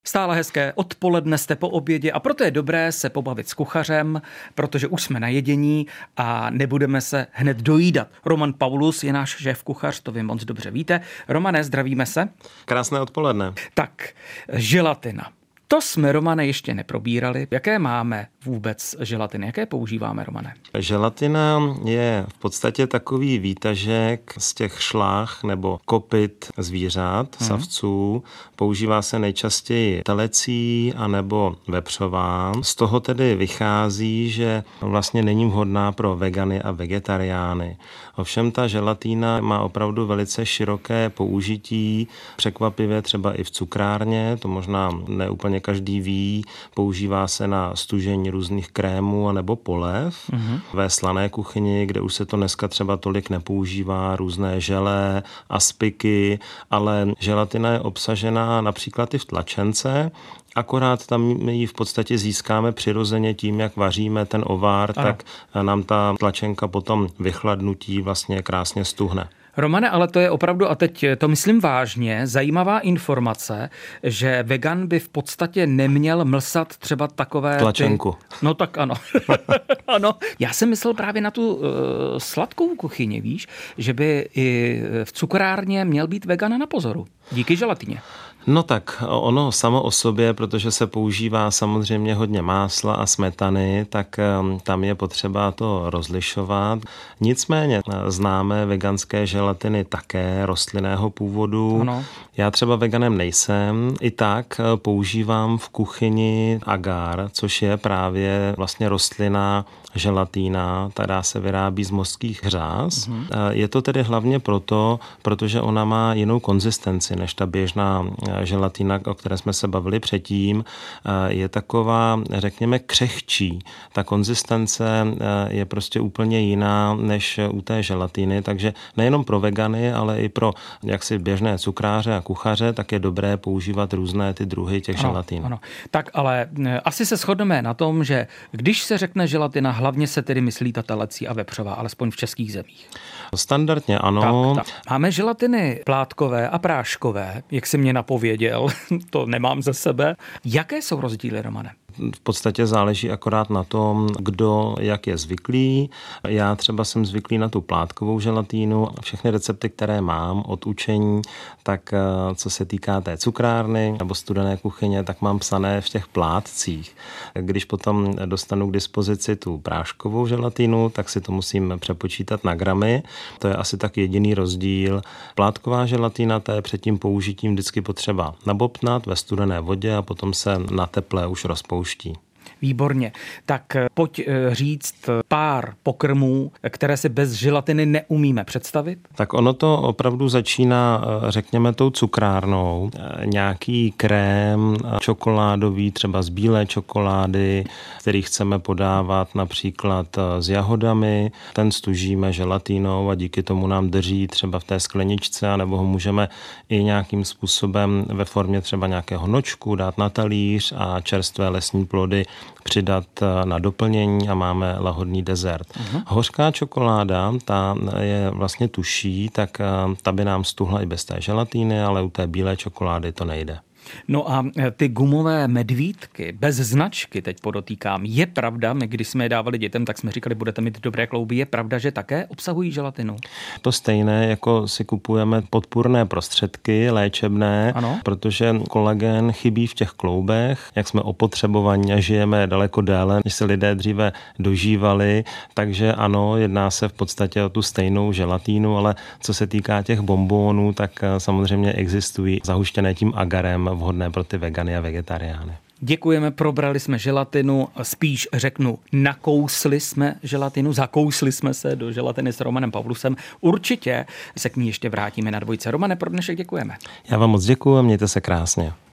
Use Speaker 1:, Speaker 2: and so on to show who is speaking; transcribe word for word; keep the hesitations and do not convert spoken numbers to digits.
Speaker 1: Stále hezké odpoledne, jste po obědě a proto je dobré se pobavit s kuchařem, protože už jsme na jedění a nebudeme se hned dojídat. Roman Paulus je náš šéf kuchař, to vy moc dobře víte. Romane, zdravíme se.
Speaker 2: Krásné odpoledne.
Speaker 1: Tak, želatina. To jsme, Romane, ještě neprobírali. Jaké máme vůbec želatiny? Jaké používáme, Romane?
Speaker 2: Želatina je v podstatě takový výtažek z těch šlách nebo kopyt zvířat, hmm. savců. Používá se nejčastěji telecí anebo vepřová. Z toho tedy vychází, že vlastně není vhodná pro vegany a vegetariány. Ovšem ta želatina má opravdu velice široké použití, překvapivě třeba i v cukrárně, to možná neúplně každý ví, používá se na stužení různých krémů anebo polév. Mm-hmm. Ve slané kuchyni, kde už se to dneska třeba tolik nepoužívá, různé želé, aspiky, ale želatina je obsažená například i v tlačence, akorát tam ji v podstatě získáme přirozeně tím, jak vaříme ten ovár, ano. Tak nám ta tlačenka potom vychladnutí vlastně krásně stuhne.
Speaker 1: Romane, ale to je opravdu, a teď to myslím vážně, zajímavá informace, že vegan by v podstatě neměl mlsat třeba takové...
Speaker 2: Tlačenku.
Speaker 1: Ty... No tak ano. Ano. Já jsem myslel právě na tu uh, sladkou kuchyni, víš, že by i v cukrárně měl být vegan na pozoru. Díky želatině.
Speaker 2: No tak ono samo o sobě, protože se používá samozřejmě hodně másla a smetany, tak tam je potřeba to rozlišovat. Nicméně známe veganské želatiny také rostlinného původu. Ano. Já třeba veganem nejsem, i tak používám v kuchyni agar, což je právě vlastně rostlinná želatína, která se vyrábí z mořských hřáz. Mhm. Je to tedy hlavně proto, protože ona má jinou konzistenci než ta běžná želatina, o které jsme se bavili předtím. Je taková, řekněme, křehčí. Ta konzistence je prostě úplně jiná než u té želatiny, takže nejenom pro vegany, ale i pro jaksi běžné cukráře a kuchaře, tak je dobré používat různé ty druhy těch ano, želatin. Ano.
Speaker 1: Tak ale asi se shodneme na tom, že když se řekne želatina, hlavně se tedy myslí ta telecí a vepřová, alespoň v českých zemích.
Speaker 2: Standardně ano.
Speaker 1: Tak, tak. Máme želatiny plátkové a práškové, jak jsi mě napověděl, to nemám ze sebe. Jaké jsou rozdíly, Romane?
Speaker 2: V podstatě záleží akorát na tom, kdo jak je zvyklý. Já třeba jsem zvyklý na tu plátkovou želatínu a všechny recepty, které mám od učení, tak co se týká té cukrárny nebo studené kuchyně, tak mám psané v těch plátcích. Když potom dostanu k dispozici tu práškovou želatínu, tak si to musím přepočítat na gramy. To je asi tak jediný rozdíl. Plátková želatína, ta je před tím použitím vždycky potřeba nabobtnat ve studené vodě a potom se na teple už rozpouští.
Speaker 1: Výborně. Tak pojď říct pár pokrmů, které si bez želatiny neumíme představit.
Speaker 2: Tak ono to opravdu začíná, řekněme, tou cukrárnou. Nějaký krém čokoládový, třeba z bílé čokolády, který chceme podávat například s jahodami. Ten stužíme želatinou a díky tomu nám drží třeba v té skleničce, anebo ho můžeme i nějakým způsobem ve formě třeba nějakého nočku dát na talíř a čerstvé lesní plody přidat na doplnění a máme lahodný dezert. Uh-huh. Hořká čokoláda, ta je vlastně tuší, tak ta by nám stuhla i bez té želatíny, ale u té bílé čokolády to nejde.
Speaker 1: No a ty gumové medvídky, bez značky, teď podotýkám, je pravda, my když jsme je dávali dětem, tak jsme říkali, budete mít dobré klouby, je pravda, že také obsahují želatinu? To
Speaker 2: stejné, jako si kupujeme podpůrné prostředky léčebné, ano? Protože kolagen chybí v těch kloubech, jak jsme opotřebovaní a žijeme daleko déle, než se lidé dříve dožívali, takže ano, jedná se v podstatě o tu stejnou želatínu, ale co se týká těch bonbónů, tak samozřejmě existují zahuštěné tím agarem, vhodné pro ty vegany a vegetariány.
Speaker 1: Děkujeme, probrali jsme želatinu, spíš řeknu, nakousli jsme želatinu, zakousli jsme se do želatiny s Romanem Paulusem. Určitě se k ní ještě vrátíme na dvojce. Romane, pro dnešek děkujeme.
Speaker 2: Já vám moc děkuji a mějte se krásně.